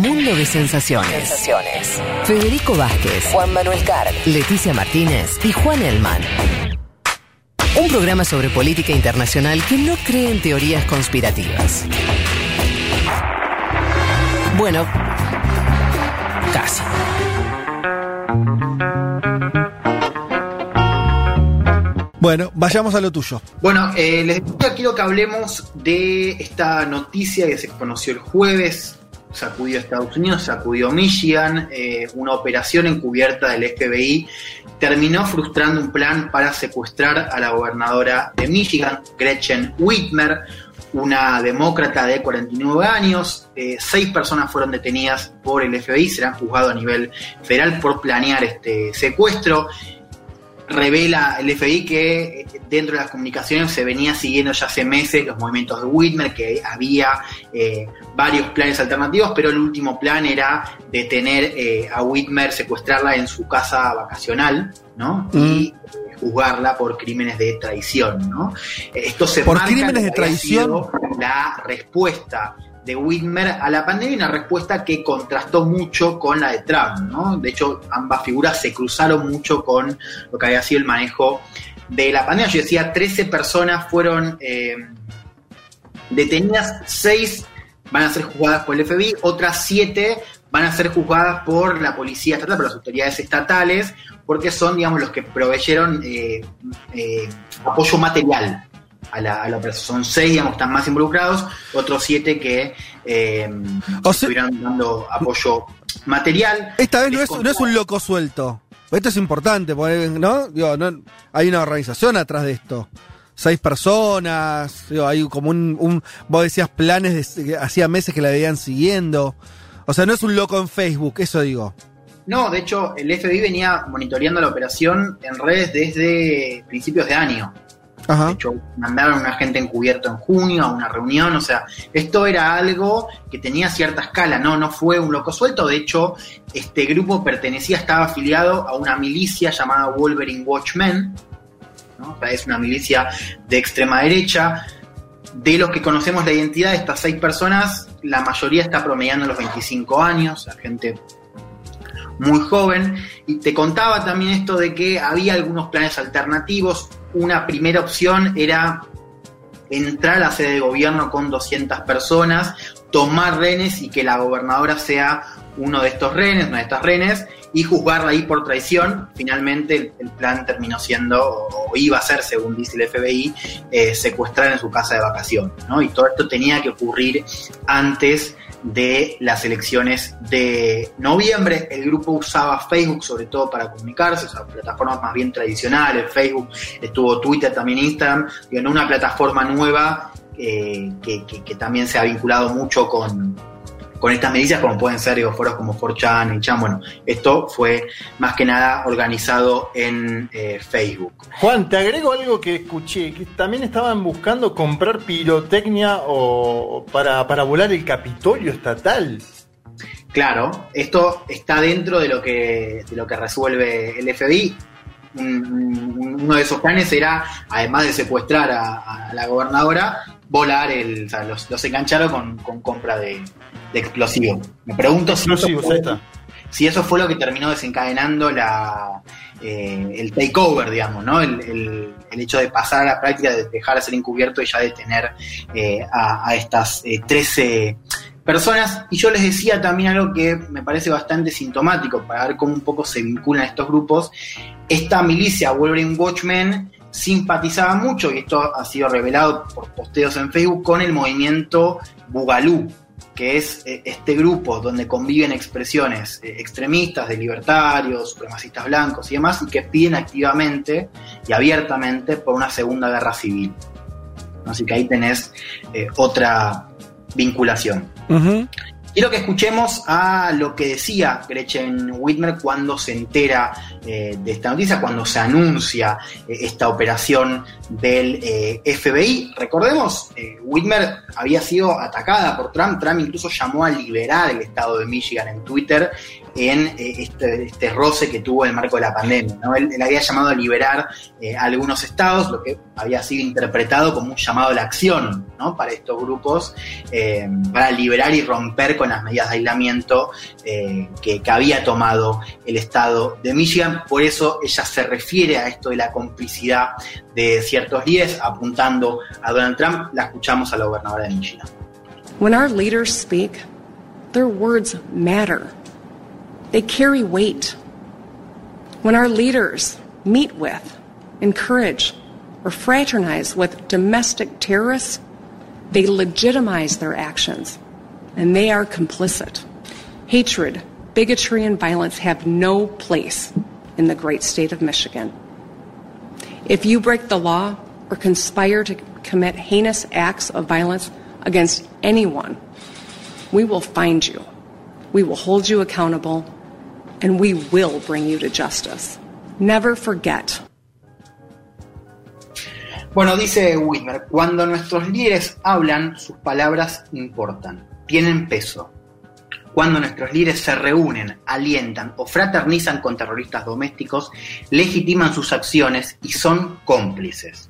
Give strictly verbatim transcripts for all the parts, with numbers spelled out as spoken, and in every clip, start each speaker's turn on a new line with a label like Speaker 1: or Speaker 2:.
Speaker 1: Mundo de sensaciones. Sensaciones. Federico Vázquez, Juan Manuel Carr, Leticia Martínez y Juan Elman. Un programa sobre política internacional que no cree en teorías conspirativas. Bueno, casi.
Speaker 2: Bueno, vayamos a lo tuyo.
Speaker 3: Bueno, eh, les decía, quiero que hablemos de esta noticia que se conoció el jueves. Sacudió Estados Unidos, sacudió Michigan. Eh, una operación encubierta del F B I terminó frustrando un plan para secuestrar a la gobernadora de Michigan, Gretchen Whitmer, una demócrata de cuarenta y nueve años. Eh, seis personas fueron detenidas por el F B I, serán juzgados a nivel federal por planear este secuestro. Revela el F B I que dentro de las comunicaciones se venía siguiendo ya hace meses los movimientos de Whitmer, que había eh, varios planes alternativos, pero el último plan era detener eh, a Whitmer, secuestrarla en su casa vacacional, ¿no? Mm. Y eh, juzgarla por crímenes de traición, ¿no? Esto se
Speaker 2: por
Speaker 3: marca
Speaker 2: crímenes de traición.
Speaker 3: La respuesta de Whitmer a la pandemia, una respuesta que contrastó mucho con la de Trump, ¿no? De hecho, ambas figuras se cruzaron mucho con lo que había sido el manejo de la pandemia. Yo decía, trece personas fueron eh, detenidas, seis van a ser juzgadas por el F B I, otras siete van a ser juzgadas por la policía estatal, por las autoridades estatales, porque son, digamos, los que proveyeron eh, eh, apoyo material a la, a la operación. Son seis, digamos, están más involucrados, otros siete que eh, o sea, estuvieron dando apoyo material.
Speaker 2: Esta vez no es, no es un loco suelto. Esto es importante, ¿no? Digo, no hay una organización atrás de esto. Seis personas, digo, hay como un, un... Vos decías planes, de, hacía meses que la veían siguiendo. O sea, no es un loco en Facebook, eso digo.
Speaker 3: No, de hecho, el F B I venía monitoreando la operación en redes desde principios de año. Ajá. De hecho, mandaron a un agente encubierto en junio a una reunión. O sea, esto era algo que tenía cierta escala. No, no fue un loco suelto. De hecho, este grupo pertenecía, estaba afiliado a una milicia llamada Wolverine Watchmen, ¿no? O sea, es una milicia de extrema derecha. De los que conocemos la identidad de estas seis personas, la mayoría está promediando los veinticinco años, la gente muy joven. Y te contaba también esto de que había algunos planes alternativos. Una primera opción era entrar a la sede de gobierno con doscientas personas, tomar rehenes y que la gobernadora sea uno de estos rehenes, una de estas rehenes, y juzgarla ahí por traición. Finalmente el, el plan terminó siendo, o iba a ser, según dice el F B I, eh, secuestrar en su casa de vacaciones, ¿no? Y todo esto tenía que ocurrir antes de las elecciones de noviembre. El grupo usaba Facebook sobre todo para comunicarse, o sea, plataformas más bien tradicionales. Facebook, estuvo Twitter, también Instagram, y en una plataforma nueva eh, que, que, que también se ha vinculado mucho con, con estas milicias, como pueden ser, digo, foros como cuatro chan y Chan. Bueno, esto fue más que nada organizado en eh, Facebook.
Speaker 4: Juan, te agrego algo que escuché, que también estaban buscando comprar pirotecnia o para, para volar el Capitolio estatal.
Speaker 3: Claro, esto está dentro de lo que, de lo que resuelve el F B I. Un, un, uno de esos planes era, además de secuestrar a, a la gobernadora, volar el, o sea, los, los engancharon con, con compra de, de explosivos. Me pregunto si eso, fue, si eso fue lo que terminó desencadenando la eh, el takeover, digamos, ¿no? El, el, el hecho de pasar a la práctica, de dejar de ser encubierto y ya de tener eh, a, a estas eh, trece personas. Y yo les decía también algo que me parece bastante sintomático para ver cómo un poco se vinculan estos grupos. Esta milicia Wolverine Watchmen simpatizaba mucho, y esto ha sido revelado por posteos en Facebook, con el movimiento Bugalú, que es eh, este grupo donde conviven expresiones eh, extremistas de libertarios, supremacistas blancos y demás, y que piden activamente y abiertamente por una segunda guerra civil. Así que ahí tenés eh, otra vinculación. Uh-huh. Quiero que escuchemos a lo que decía Gretchen Whitmer cuando se entera eh, de esta noticia, cuando se anuncia eh, esta operación del eh, F B I. Recordemos, eh, Whitmer había sido atacada por Trump. Trump incluso llamó a liberar el estado de Michigan en Twitter en eh, este, este roce que tuvo en el marco de la pandemia, ¿no? Él, él había llamado a liberar eh, a algunos estados, lo que había sido interpretado como un llamado a la acción, ¿no? Para estos grupos, eh, para liberar y romper con las medidas de aislamiento eh, que, que había tomado el estado de Michigan. Por eso ella se refiere a esto de la complicidad de ciertos líderes, apuntando a Donald Trump. La escuchamos a la gobernadora de Michigan.
Speaker 5: When our leaders speak, their words matter. They carry weight. When our leaders meet with, encourage, or fraternize with domestic terrorists, they legitimize their actions, and they are complicit. Hatred, bigotry, and violence have no place in the great state of Michigan. If you break the law or conspire to commit heinous acts of violence against anyone, we will find you, we will hold you accountable, and we will bring you to justice. Never forget.
Speaker 3: Bueno, dice Whitmer, cuando nuestros líderes hablan, sus palabras importan, tienen peso. Cuando nuestros líderes se reúnen, alientan o fraternizan con terroristas domésticos, legitiman sus acciones y son cómplices.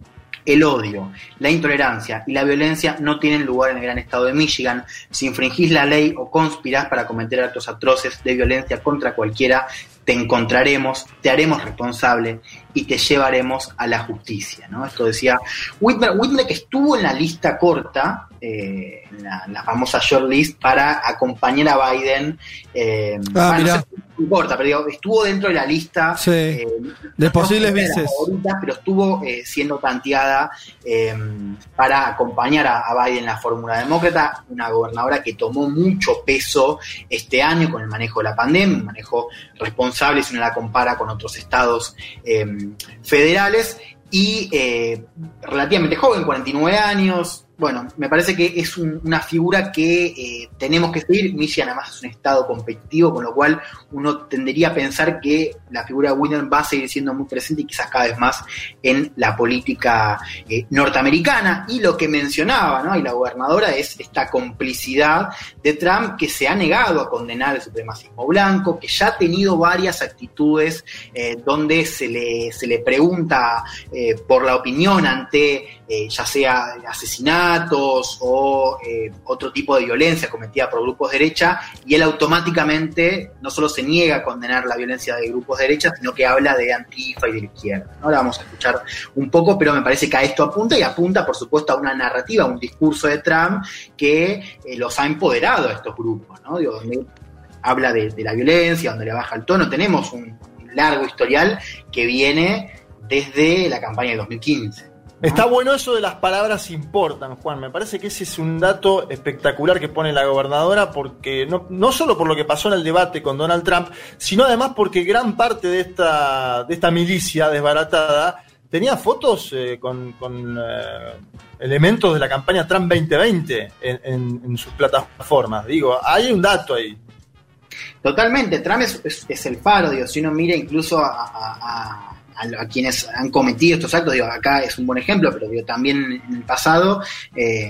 Speaker 3: El odio, la intolerancia y la violencia no tienen lugar en el gran estado de Michigan. Si infringís la ley o conspirás para cometer actos atroces de violencia contra cualquiera, te encontraremos, te haremos responsable y te llevaremos a la justicia, ¿no? Esto decía Whitmer, Whitmer que estuvo en la lista corta, eh, en la, la famosa short list, para acompañar a Biden. Eh,
Speaker 2: ah,
Speaker 3: bueno,
Speaker 2: mirá.
Speaker 3: No sé, no importa, pero digo, estuvo dentro de la lista
Speaker 2: sí,
Speaker 3: eh,
Speaker 2: de
Speaker 3: no
Speaker 2: posibles
Speaker 3: de las
Speaker 2: vices.
Speaker 3: favoritas, pero estuvo eh, siendo tanteada eh, para acompañar a, a Biden en la fórmula demócrata, una gobernadora que tomó mucho peso este año con el manejo de la pandemia, un manejo responsable si uno la compara con otros estados eh, federales, y eh, relativamente joven, cuarenta y nueve años. Bueno, me parece que es un, una figura que eh, tenemos que seguir. Michigan además es un estado competitivo, con lo cual uno tendería a pensar que la figura de Whitmer va a seguir siendo muy presente y quizás cada vez más en la política eh, norteamericana. Y lo que mencionaba, ¿no? Y la gobernadora es esta complicidad de Trump, que se ha negado a condenar el supremacismo blanco, que ya ha tenido varias actitudes eh, donde se le, se le pregunta eh, por la opinión ante eh, ya sea asesinatos o eh, otro tipo de violencia cometida por grupos de derecha, y él automáticamente no solo se niega a condenar la violencia de grupos de derecha, sino que habla de Antifa y de la izquierda. Ahora vamos a escuchar un poco, pero me parece que a esto apunta, y apunta por supuesto a una narrativa, a un discurso de Trump que eh, los ha empoderado a estos grupos, ¿no? Digo, donde habla de, de la violencia, donde le baja el tono. Tenemos un, un largo historial que viene desde la campaña de dos mil quince.
Speaker 4: Está bueno eso de las palabras importan, Juan. Me parece que ese es un dato espectacular que pone la gobernadora, porque no, no solo por lo que pasó en el debate con Donald Trump, sino además porque gran parte de esta, de esta milicia desbaratada tenía fotos eh, con, con eh, elementos de la campaña Trump veinte veinte en, en, en sus plataformas. Digo, hay un dato ahí.
Speaker 3: Totalmente, Trump es, es, es el faro, digo, si uno mira incluso a, a, a a quienes han cometido estos actos, digo, acá es un buen ejemplo, pero digo, también en el pasado, eh,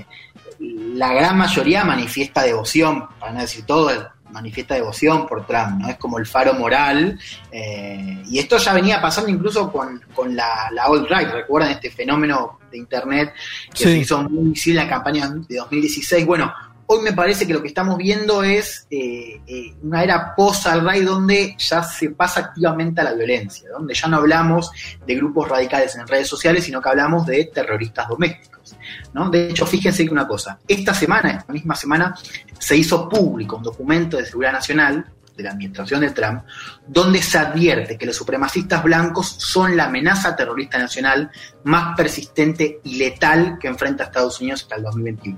Speaker 3: la gran mayoría manifiesta devoción, para no decir todo, manifiesta devoción por Trump, ¿no? Es como el faro moral, eh, y esto ya venía pasando incluso con, con la, la alt-right. ¿Recuerdan este fenómeno de internet que sí se hizo muy visible en la campaña de dos mil dieciséis? Bueno, hoy me parece que lo que estamos viendo es eh, eh, una era post-alt-right donde ya se pasa activamente a la violencia, donde ya no hablamos de grupos radicales en redes sociales, sino que hablamos de terroristas domésticos, ¿no? De hecho, fíjense que una cosa, esta semana, esta misma semana, se hizo público un documento de seguridad nacional de la administración de Trump, donde se advierte que los supremacistas blancos son la amenaza terrorista nacional más persistente y letal que enfrenta Estados Unidos hasta el dos mil veintiuno.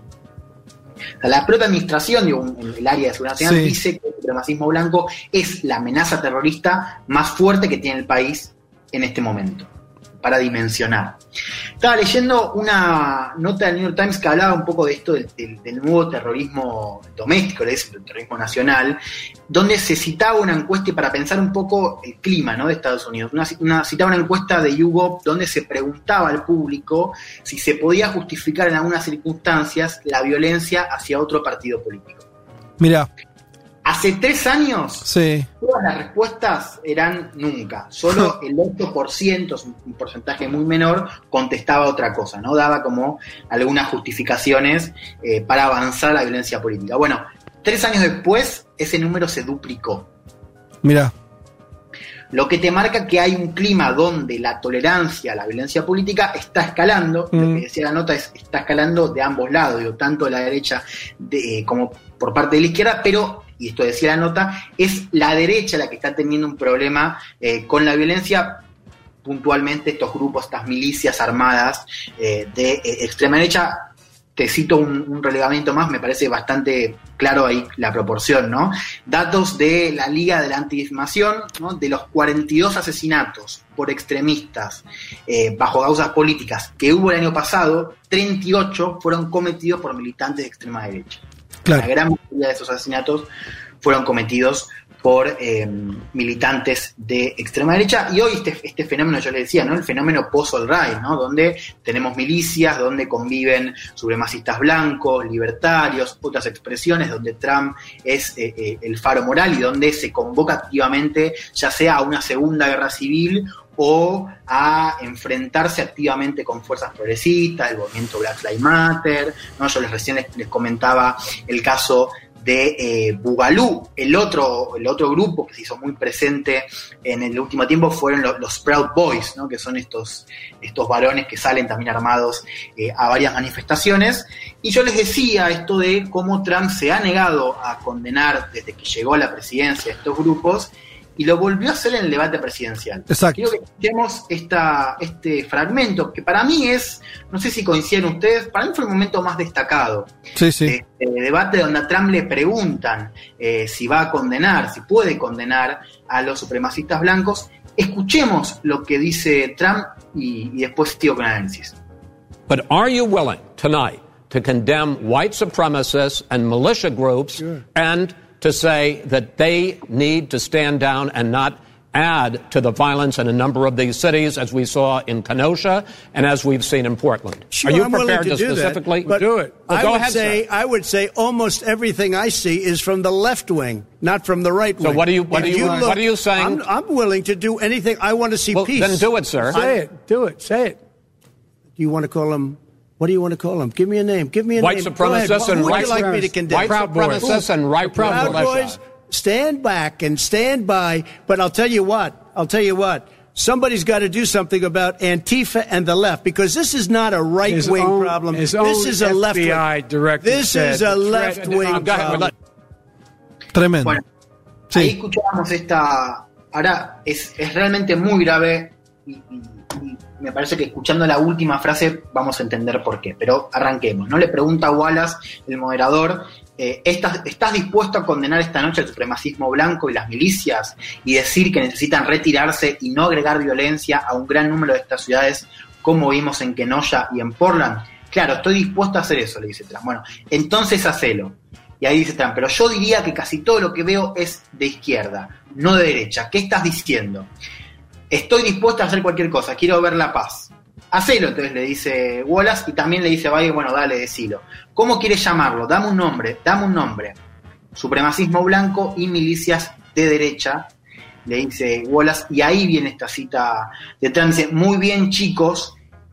Speaker 3: La propia administración, digo, en el área de seguridad nacional, sí, dice que el supremacismo blanco es la amenaza terrorista más fuerte que tiene el país en este momento, para dimensionar. Estaba leyendo una nota del New York Times que hablaba un poco de esto del, del, del nuevo terrorismo doméstico, el terrorismo nacional, donde se citaba una encuesta, y para pensar un poco el clima, ¿no?, de Estados Unidos, una, una, citaba una encuesta de YouGov donde se preguntaba al público si se podía justificar en algunas circunstancias la violencia hacia otro partido político.
Speaker 2: Mirá.
Speaker 3: Hace tres años,
Speaker 2: sí,
Speaker 3: todas las respuestas eran nunca. Solo el ocho por ciento, un porcentaje muy menor, contestaba otra cosa, ¿no? Daba como algunas justificaciones eh, para avanzar la violencia política. Bueno, tres años después, ese número se duplicó.
Speaker 2: Mirá.
Speaker 3: Lo que te marca que hay un clima donde la tolerancia a la violencia política está escalando. Mm. Lo que decía la nota es está escalando de ambos lados, digo, tanto de la derecha de, como por parte de la izquierda, pero, y esto decía la nota, es la derecha la que está teniendo un problema eh, con la violencia, puntualmente estos grupos, estas milicias armadas eh, de eh, extrema derecha. Te cito un, un relevamiento más, me parece bastante claro ahí la proporción, ¿no? Datos de la Liga de la Antidifamación, ¿no? De los cuarenta y dos asesinatos por extremistas eh, bajo causas políticas que hubo el año pasado, treinta y ocho fueron cometidos por militantes de extrema derecha. Claro. La gran mayoría de esos asesinatos fueron cometidos por eh, militantes de extrema derecha, y hoy este, este fenómeno, yo les decía, ¿no?, el fenómeno post-alt-right, ¿no?, donde tenemos milicias, donde conviven supremacistas blancos, libertarios, otras expresiones, donde Trump es eh, eh, el faro moral y donde se convoca activamente ya sea a una segunda guerra civil o a enfrentarse activamente con fuerzas progresistas, el movimiento Black Lives Matter, ¿no? Yo les recién les, les comentaba el caso de eh, Bugalú. El otro, el otro grupo que se hizo muy presente en el último tiempo fueron los, los Proud Boys, ¿no?, que son estos, estos varones que salen también armados eh, a varias manifestaciones. Y yo les decía esto de cómo Trump se ha negado a condenar desde que llegó a la presidencia estos grupos, y lo volvió a hacer en el debate presidencial.
Speaker 2: Exacto.
Speaker 3: Quiero que escuchemos esta, este fragmento, que para mí es, no sé si coinciden ustedes, para mí fue el momento más destacado.
Speaker 2: Sí, sí.
Speaker 3: De, de debate donde a Trump le preguntan eh, si va a condenar, si puede condenar a los supremacistas blancos. Escuchemos lo que dice Trump y, y después sigo con el análisis.
Speaker 6: But are you willing tonight to condemn white supremacists and militia groups, sure, and to say that they need to stand down and not add to the violence in a number of these cities, as we saw in Kenosha and as we've seen in Portland?
Speaker 7: Sure,
Speaker 6: Are you
Speaker 7: I'm
Speaker 6: prepared
Speaker 7: to,
Speaker 6: to
Speaker 7: do
Speaker 6: specifically
Speaker 7: that,
Speaker 6: do it?
Speaker 7: Well,
Speaker 6: I
Speaker 7: go
Speaker 6: would
Speaker 7: ahead, say sir. I would say almost everything I see is from the left wing, not from the right wing.
Speaker 6: So what are you what are you, you look, what are you saying?
Speaker 7: I'm, I'm willing to do anything. I want to see
Speaker 6: well,
Speaker 7: peace.
Speaker 6: Then do it, sir.
Speaker 7: Say it. Do it. Say it. Do you want to call them? What do you want to call them? Give me a name. Give me a
Speaker 6: white
Speaker 7: name.
Speaker 6: Supremacists and
Speaker 7: who
Speaker 6: right
Speaker 7: would you like me to condemn?
Speaker 6: White Proud supremacists boys. And right
Speaker 7: Proud Boys. Stand back and stand by. But I'll tell you what. I'll tell you what. Somebody's got to do something about Antifa and the left, because this is not a right-wing own, problem. This is a left-wing. This is a left-wing problem.
Speaker 2: Tremendo.
Speaker 3: Bueno, sí. Ahí escuchábamos esta. Ahora es, es realmente muy grave y, y, y me parece que escuchando la última frase vamos a entender por qué. Pero arranquemos, ¿no? Le pregunta a Wallace, el moderador, eh, ¿estás, ¿estás dispuesto a condenar esta noche el supremacismo blanco y las milicias y decir que necesitan retirarse y no agregar violencia a un gran número de estas ciudades como vimos en Kenosha y en Portland? Claro, estoy dispuesto a hacer eso, le dice Trump. Bueno, entonces hacelo. Y ahí dice Trump, pero yo diría que casi todo lo que veo es de izquierda, no de derecha. ¿Qué estás diciendo? Estoy dispuesto a hacer cualquier cosa, quiero ver la paz. Hacelo, entonces le dice Wallace, y también le dice a Biden, bueno, dale, decilo. ¿Cómo quieres llamarlo? Dame un nombre, dame un nombre. Supremacismo blanco y milicias de derecha, le dice Wallace, y ahí viene esta cita de Trump, dice, muy bien chicos,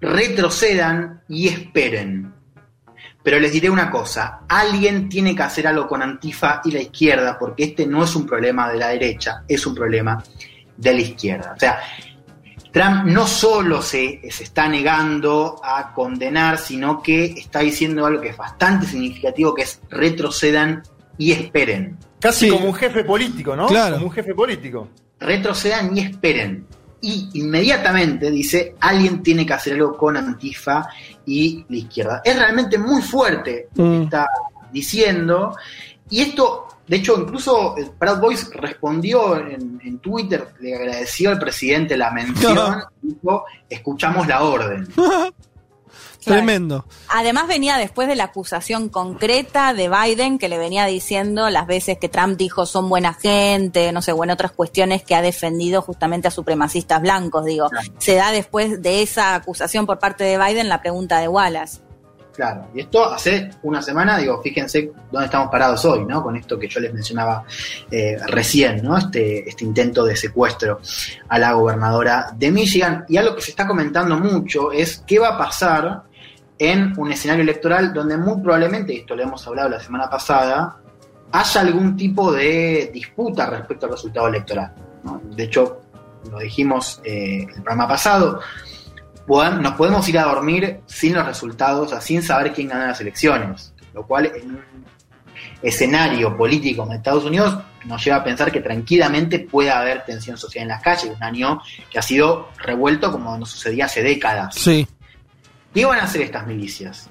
Speaker 3: retrocedan y esperen. Pero les diré una cosa, alguien tiene que hacer algo con Antifa y la izquierda, porque este no es un problema de la derecha, es un problema de la izquierda. O sea, Trump no solo se, se está negando a condenar, sino que está diciendo algo que es bastante significativo, que es retrocedan y esperen.
Speaker 4: Casi
Speaker 2: sí.
Speaker 4: como un jefe político, ¿no?
Speaker 2: Claro.
Speaker 4: Como un jefe político.
Speaker 3: Retrocedan y esperen. Y inmediatamente dice, alguien tiene que hacer algo con Antifa y la izquierda. Es realmente muy fuerte lo que mm. está diciendo. Y esto De hecho, incluso Proud Boys respondió en, en Twitter, le agradeció al presidente la mención, no. y dijo, escuchamos la orden.
Speaker 2: Tremendo.
Speaker 8: Además venía después de la acusación concreta de Biden, que le venía diciendo las veces que Trump dijo son buena gente, no sé, bueno, otras cuestiones que ha defendido justamente a supremacistas blancos, digo. Claro. Se da después de esa acusación por parte de Biden la pregunta de Wallace.
Speaker 3: Claro, y esto hace una semana, digo, fíjense dónde estamos parados hoy, ¿no? Con esto que yo les mencionaba eh, recién, ¿no? Este, este intento de secuestro a la gobernadora de Michigan. Y algo que se está comentando mucho es qué va a pasar en un escenario electoral donde muy probablemente, esto lo hemos hablado la semana pasada, haya algún tipo de disputa respecto al resultado electoral, ¿no? De hecho, lo dijimos eh, el programa pasado, nos podemos ir a dormir sin los resultados, o sea, sin saber quién gana las elecciones, lo cual en un escenario político en Estados Unidos nos lleva a pensar que tranquilamente puede haber tensión social en las calles, un año que ha sido revuelto como no sucedía hace décadas.
Speaker 2: Sí.
Speaker 3: ¿Qué van a hacer estas milicias?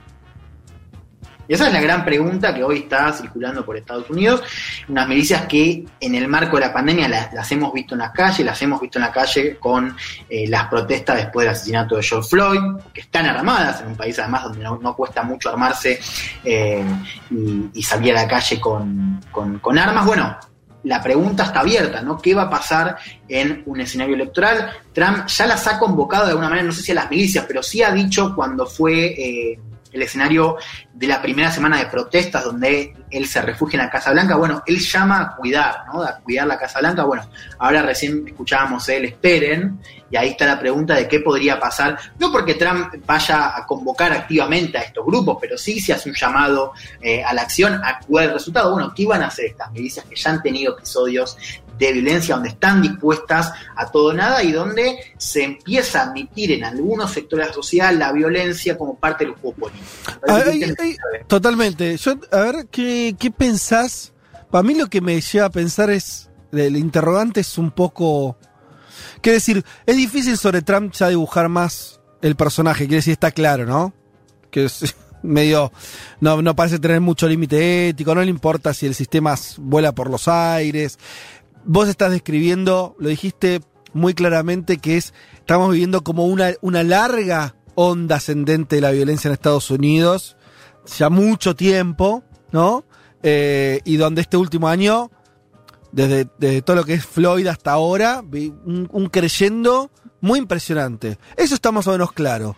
Speaker 3: Y esa es la gran pregunta que hoy está circulando por Estados Unidos. Unas milicias que en el marco de la pandemia las, las hemos visto en las calles, las hemos visto en la calle con eh, las protestas después del asesinato de George Floyd, que están armadas en un país además donde no, no cuesta mucho armarse eh, y, y salir a la calle con, con, con armas. Bueno, la pregunta está abierta, ¿no? ¿Qué va a pasar en un escenario electoral? Trump ya las ha convocado de alguna manera, no sé si a las milicias, pero sí ha dicho cuando fue eh, el escenario de la primera semana de protestas donde él se refugia en la Casa Blanca, bueno, él llama a cuidar, ¿no? A cuidar la Casa Blanca. Bueno, ahora recién escuchábamos él, esperen, y ahí está la pregunta de qué podría pasar, no porque Trump vaya a convocar activamente a estos grupos, pero sí se hace un llamado eh, a la acción, a cuidar el resultado. Bueno, ¿qué iban a hacer estas milicias que ya han tenido episodios de violencia, donde están dispuestas a todo o nada y donde se empieza a admitir en algunos sectores de la sociedad la violencia como parte del juego político?
Speaker 2: Ay, ay, totalmente. Yo, a ver, ¿qué, qué pensás? Para mí lo que me lleva a pensar es, el interrogante es un poco... Quiere decir, es difícil sobre Trump ya dibujar más el personaje, quiere decir, está claro, ¿no? Que es medio... No, no parece tener mucho límite ético, no le importa si el sistema vuela por los aires. Vos estás describiendo, lo dijiste muy claramente, que es, estamos viviendo como una, una larga onda ascendente de la violencia en Estados Unidos, ya mucho tiempo, ¿no? Eh, y donde este último año, desde, desde todo lo que es Floyd hasta ahora, un, un creyendo muy impresionante. Eso está más o menos claro.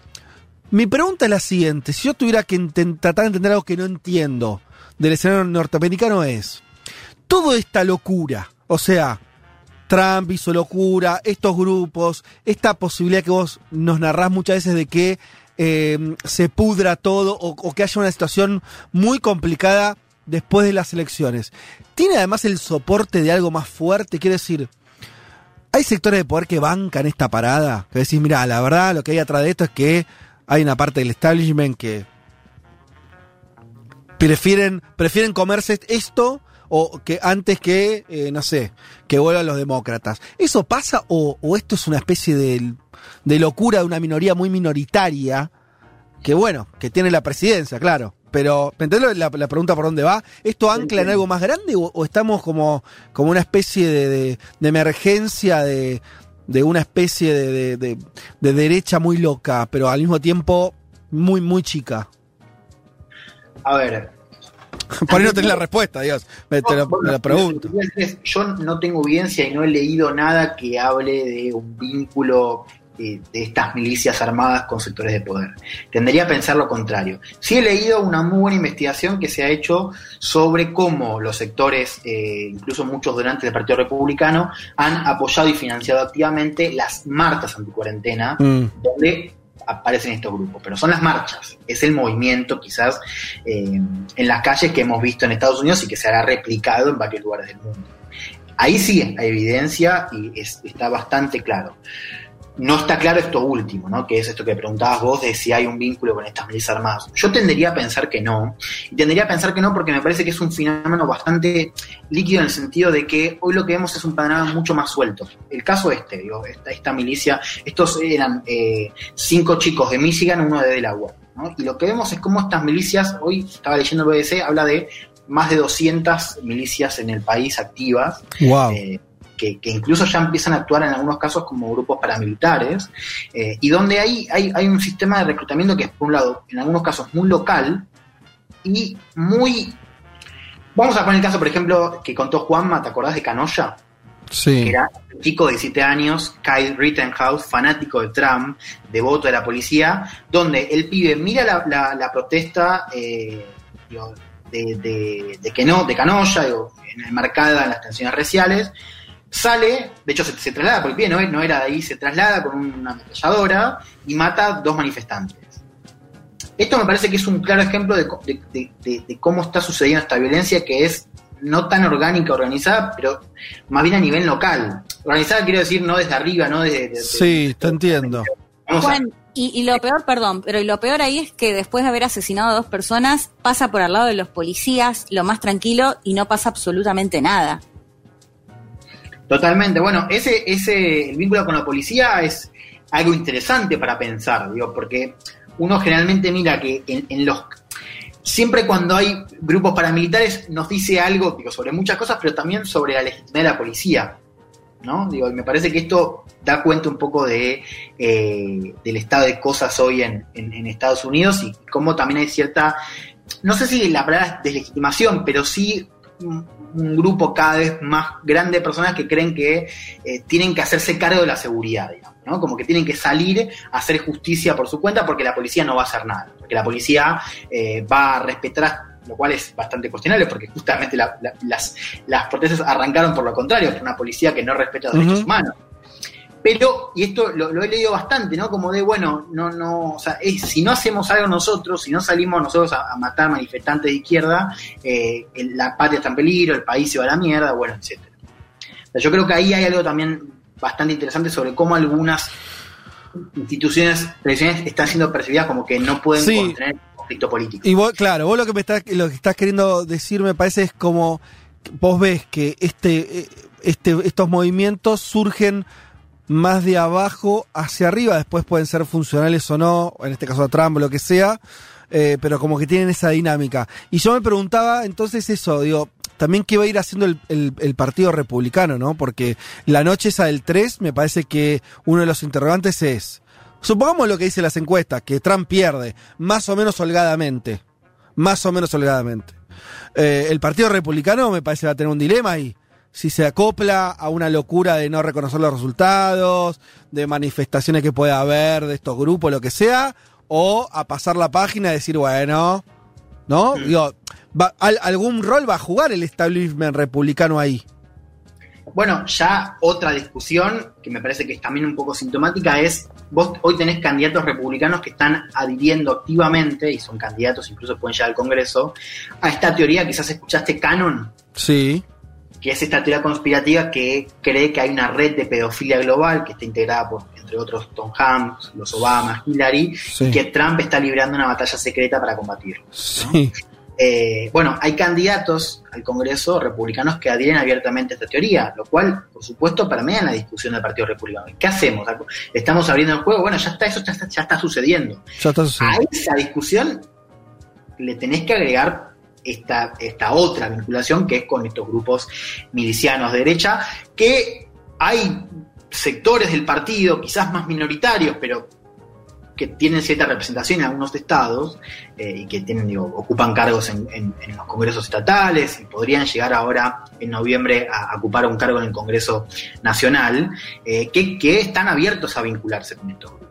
Speaker 2: Mi pregunta es la siguiente, si yo tuviera que intent- tratar de entender algo que no entiendo del escenario norteamericano es... Toda esta locura, o sea, Trump hizo locura, estos grupos, esta posibilidad que vos nos narrás muchas veces de que eh, se pudra todo o, o que haya una situación muy complicada después de las elecciones. Tiene además el soporte de algo más fuerte, quiero decir, hay sectores de poder que bancan esta parada, que decís, mira, la verdad lo que hay atrás de esto es que hay una parte del establishment que prefieren, prefieren comerse esto o que antes que, eh, no sé, que vuelvan los demócratas. ¿Eso pasa o, o esto es una especie de, de locura de una minoría muy minoritaria que, bueno, que tiene la presidencia, claro? Pero, ¿me entiendes la, la pregunta por dónde va? ¿Esto ancla en algo más grande o, o estamos como, como una especie de, de, de emergencia de, de una especie de, de, de, de derecha muy loca, pero al mismo tiempo muy, muy chica?
Speaker 3: A ver...
Speaker 2: Por ahí no tenés la respuesta, Dios. Me, te,
Speaker 3: no,
Speaker 2: la, me la pregunto.
Speaker 3: Yo no tengo evidencia y no he leído nada que hable de un vínculo de, de estas milicias armadas con sectores de poder. Tendería a pensar lo contrario. Sí he leído una muy buena investigación que se ha hecho sobre cómo los sectores, eh, incluso muchos donantes del Partido Republicano, han apoyado y financiado activamente las marchas anticuarentena, mm. donde aparecen estos grupos, pero son las marchas, es el movimiento quizás eh, en las calles que hemos visto en Estados Unidos y que se hará replicado en varios lugares del mundo. Ahí sí hay evidencia y es, está bastante claro. No está claro esto último, ¿no? Que es esto que preguntabas vos de si hay un vínculo con estas milicias armadas. Yo tendería a pensar que no, y tendería a pensar que no porque me parece que es un fenómeno bastante líquido en el sentido de que hoy lo que vemos es un panorama mucho más suelto. El caso este, digo, esta, esta milicia, estos eran eh, cinco chicos de Michigan, uno de Delaware, ¿no? Y lo que vemos es cómo estas milicias, hoy estaba leyendo el B B C, habla de más de doscientas milicias en el país activas.
Speaker 2: Wow.
Speaker 3: Eh, Que, que incluso ya empiezan a actuar en algunos casos como grupos paramilitares, eh, y donde hay, hay, hay un sistema de reclutamiento que es, por un lado, en algunos casos muy local y muy... Vamos a poner el caso, por ejemplo, que contó Juanma, ¿te acordás de Canoya?
Speaker 2: Sí.
Speaker 3: Que era un chico de diecisiete años, Kyle Rittenhouse, fanático de Trump, devoto de la policía, donde el pibe mira la, la, la protesta eh, digo, de, de, de, que no, de Canoya, digo, enmarcada en las tensiones raciales. Sale, de hecho se, se traslada por el pie, no, no era de ahí, se traslada con una ametralladora y mata dos manifestantes. Esto me parece que es un claro ejemplo de, de, de, de, de cómo está sucediendo esta violencia, que es no tan orgánica, organizada, pero más bien a nivel local. Organizada quiero decir no desde arriba, no desde... desde
Speaker 2: sí, te entiendo.
Speaker 8: Juan, y, y lo peor, perdón, pero y lo peor ahí es que después de haber asesinado a dos personas, pasa por al lado de los policías, lo más tranquilo, y no pasa absolutamente nada.
Speaker 3: Totalmente, bueno, ese, ese, el vínculo con la policía es algo interesante para pensar, digo, porque uno generalmente mira que en, en los, siempre cuando hay grupos paramilitares nos dice algo, digo, sobre muchas cosas, pero también sobre la legitimidad de la policía, ¿no? Digo, y me parece que esto da cuenta un poco de eh, del estado de cosas hoy en, en, en Estados Unidos, y cómo también hay cierta, no sé si la palabra es deslegitimación, pero sí un grupo cada vez más grande de personas que creen que eh, tienen que hacerse cargo de la seguridad, digamos, ¿no? Como que tienen que salir a hacer justicia por su cuenta porque la policía no va a hacer nada, porque la policía eh, va a respetar, lo cual es bastante cuestionable porque justamente la, la, las, las protestas arrancaron por lo contrario, por una policía que no respeta los uh-huh. derechos humanos. Pero, y esto lo, lo he leído bastante, ¿no? Como de, bueno, no, no, o sea, es, si no hacemos algo nosotros, si no salimos nosotros a, a matar manifestantes de izquierda, eh, el, la patria está en peligro, el país se va a la mierda, bueno, etcétera. Pero yo creo que ahí hay algo también bastante interesante sobre cómo algunas instituciones tradicionales están siendo percibidas como que no pueden sí. contener conflicto político.
Speaker 2: Y vos, claro, vos lo que me estás, lo que estás queriendo decir me parece es como vos ves que este, este, estos movimientos surgen más de abajo hacia arriba, después pueden ser funcionales o no, en este caso a Trump o lo que sea, eh, pero como que tienen esa dinámica. Y yo me preguntaba entonces eso, digo, también qué va a ir haciendo el, el, el Partido Republicano, ¿no? Porque la noche esa del tres, me parece que uno de los interrogantes es, supongamos lo que dicen las encuestas, que Trump pierde, más o menos holgadamente, más o menos holgadamente. Eh, el Partido Republicano me parece va a tener un dilema ahí. Si se acopla a una locura de no reconocer los resultados, de manifestaciones que pueda haber de estos grupos, lo que sea, o a pasar la página y decir, bueno, ¿no? Mm. Digo, va, al, algún rol va a jugar el establishment republicano ahí.
Speaker 3: Bueno, ya otra discusión que me parece que es también un poco sintomática es, vos hoy tenés candidatos republicanos que están adhiriendo activamente, y son candidatos, incluso pueden llegar al Congreso, a esta teoría, quizás escuchaste Canon.
Speaker 2: Sí.
Speaker 3: Que es esta teoría conspirativa que cree que hay una red de pedofilia global que está integrada por, entre otros, Tom Hanks, los Obama, Hillary, sí. y que Trump está librando una batalla secreta para combatirlo, ¿no?
Speaker 2: Sí.
Speaker 3: Eh, bueno, hay candidatos al Congreso republicanos que adhieren abiertamente a esta teoría, lo cual, por supuesto, permea en la discusión del Partido Republicano. ¿Qué hacemos? ¿Estamos abriendo el juego? Bueno, ya está, eso ya está, ya está sucediendo.
Speaker 2: Ya está sucediendo.
Speaker 3: A esa discusión le tenés que agregar Esta, esta otra vinculación que es con estos grupos milicianos de derecha, que hay sectores del partido, quizás más minoritarios, pero que tienen cierta representación en algunos estados eh, y que tienen, digo, ocupan cargos en, en, en los congresos estatales y podrían llegar ahora en noviembre a, a ocupar un cargo en el Congreso Nacional, eh, que, que están abiertos a vincularse con estos grupos.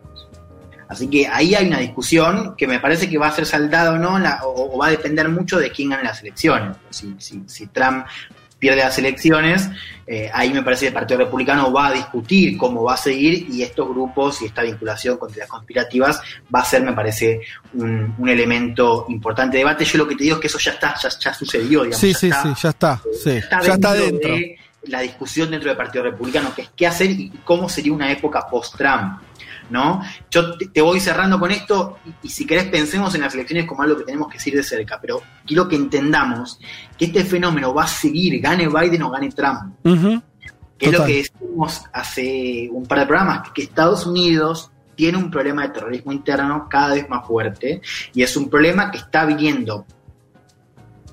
Speaker 3: Así que ahí hay una discusión que me parece que va a ser saldada o no, la, o, o va a depender mucho de quién gane las elecciones. Si, si, si Trump pierde las elecciones, eh, ahí me parece que el Partido Republicano va a discutir cómo va a seguir, y estos grupos y esta vinculación con las conspirativas va a ser, me parece, un, un elemento importante de debate. Yo lo que te digo es que eso ya está, ya, ya sucedió, digamos.
Speaker 2: Sí,
Speaker 3: ya
Speaker 2: sí,
Speaker 3: está,
Speaker 2: sí, ya está. Sí,
Speaker 3: ya está
Speaker 2: ya
Speaker 3: dentro,
Speaker 2: está dentro
Speaker 3: de la discusión dentro del Partido Republicano, que es qué hacer y cómo sería una época post-Trump, ¿no? Yo te, te voy cerrando con esto, y, y si querés pensemos en las elecciones como algo que tenemos que seguir de cerca, pero quiero que entendamos que este fenómeno va a seguir, gane Biden o gane Trump.
Speaker 2: Uh-huh.
Speaker 3: Que es lo que decimos hace un par de programas, que Estados Unidos tiene un problema de terrorismo interno cada vez más fuerte, y es un problema que está viniendo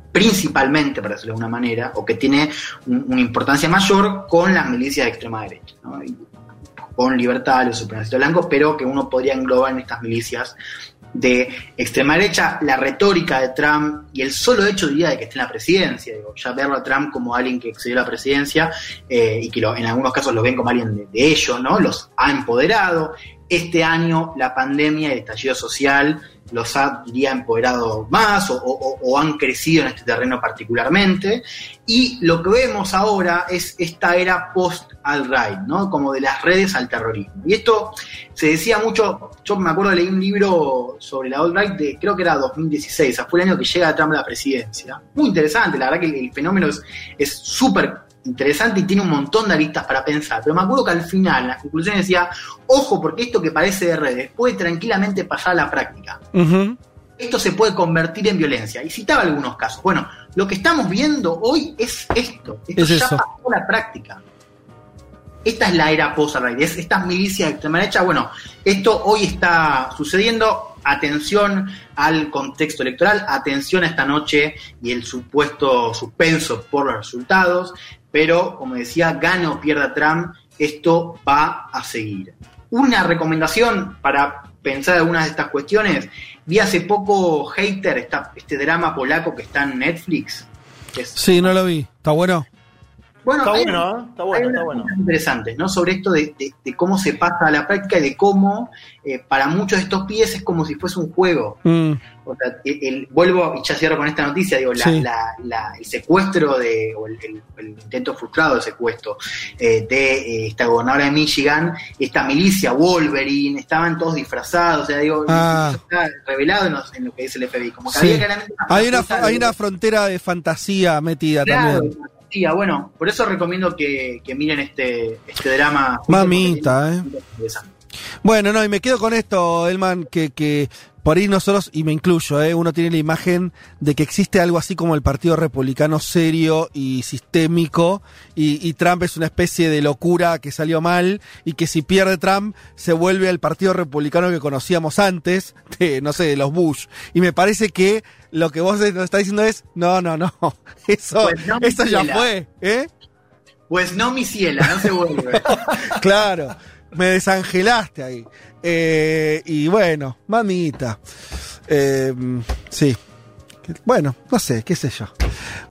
Speaker 3: principalmente, para decirlo de alguna manera, o que tiene un, una importancia mayor con las milicias de extrema derecha, ¿no? Y con libertarios, supremacistas blancos, pero que uno podría englobar en estas milicias de extrema derecha. La retórica de Trump y el solo hecho, diría, de que esté en la presidencia, digo, ya verlo a Trump como alguien que excedió la presidencia eh, y que lo, en algunos casos lo ven como alguien de, de ellos, ¿no? Los ha empoderado. Este año la pandemia y el estallido social los ha, diría, empoderado más o, o, o han crecido en este terreno particularmente. Y lo que vemos ahora es esta era post-alt-right, ¿no? Como de las redes al terrorismo. Y esto se decía mucho, yo me acuerdo de leer un libro sobre la alt-right de, creo que era dos mil dieciséis, o sea, fue el año que llega Trump a la presidencia. Muy interesante, la verdad que el, el fenómeno es súper interesante y tiene un montón de aristas para pensar, pero me acuerdo que al final, en las conclusiones decía, ojo, porque esto que parece de redes puede tranquilamente pasar a la práctica. Uh-huh. Esto se puede convertir en violencia. Y citaba algunos casos. Bueno, lo que estamos viendo hoy es esto. Esto
Speaker 2: es
Speaker 3: ya
Speaker 2: eso.
Speaker 3: pasó a la práctica. Esta es la era post-alt-right, es estas milicias de extrema derecha. Bueno, esto hoy está sucediendo. Atención al contexto electoral, atención a esta noche y el supuesto suspenso por los resultados, pero como decía, gane o pierda Trump, esto va a seguir. Una recomendación para pensar algunas de estas cuestiones, vi hace poco Hater, esta, este drama polaco que está en Netflix. Que es,
Speaker 2: sí, no lo vi, ¿está bueno?
Speaker 3: Bueno,
Speaker 4: está
Speaker 3: hay,
Speaker 4: bueno, ¿eh? Está bueno,
Speaker 3: hay
Speaker 4: está bueno.
Speaker 3: Interesantes, ¿no? Sobre esto de, de, de cómo se pasa a la práctica y de cómo eh, para muchos de estos pies es como si fuese un juego. Mm. O sea, el, el, vuelvo y ya cierro con esta noticia, digo, la, sí. la, la, el secuestro de, o el, el, el intento frustrado de secuestro eh, de eh, esta gobernadora de Michigan, esta milicia Wolverine, estaban todos disfrazados, o sea, digo,
Speaker 2: ah.
Speaker 3: eso está revelado en, los, en lo que dice el F B I. Como que
Speaker 2: sí.
Speaker 3: había claramente una
Speaker 2: hay una, hay una frontera de fantasía metida
Speaker 3: claro,
Speaker 2: también.
Speaker 3: Bueno, por eso recomiendo que, que miren este, este drama.
Speaker 2: Mamita, eh. Bueno, no, y me quedo con esto, Elman, que, que por ahí nosotros, y me incluyo, eh, uno tiene la imagen de que existe algo así como el Partido Republicano serio y sistémico, y, y Trump es una especie de locura que salió mal, y que si pierde Trump se vuelve al Partido Republicano que conocíamos antes, de, no sé, de los Bush. Y me parece que lo que vos nos estás diciendo es, no, no, no, eso, pues no eso ya fue, ¿eh?
Speaker 3: Pues no, mi ciela, no se vuelve.
Speaker 2: Claro. Me desangelaste ahí. Eh, y bueno, mamita. Eh, sí. Bueno, no sé, qué sé yo.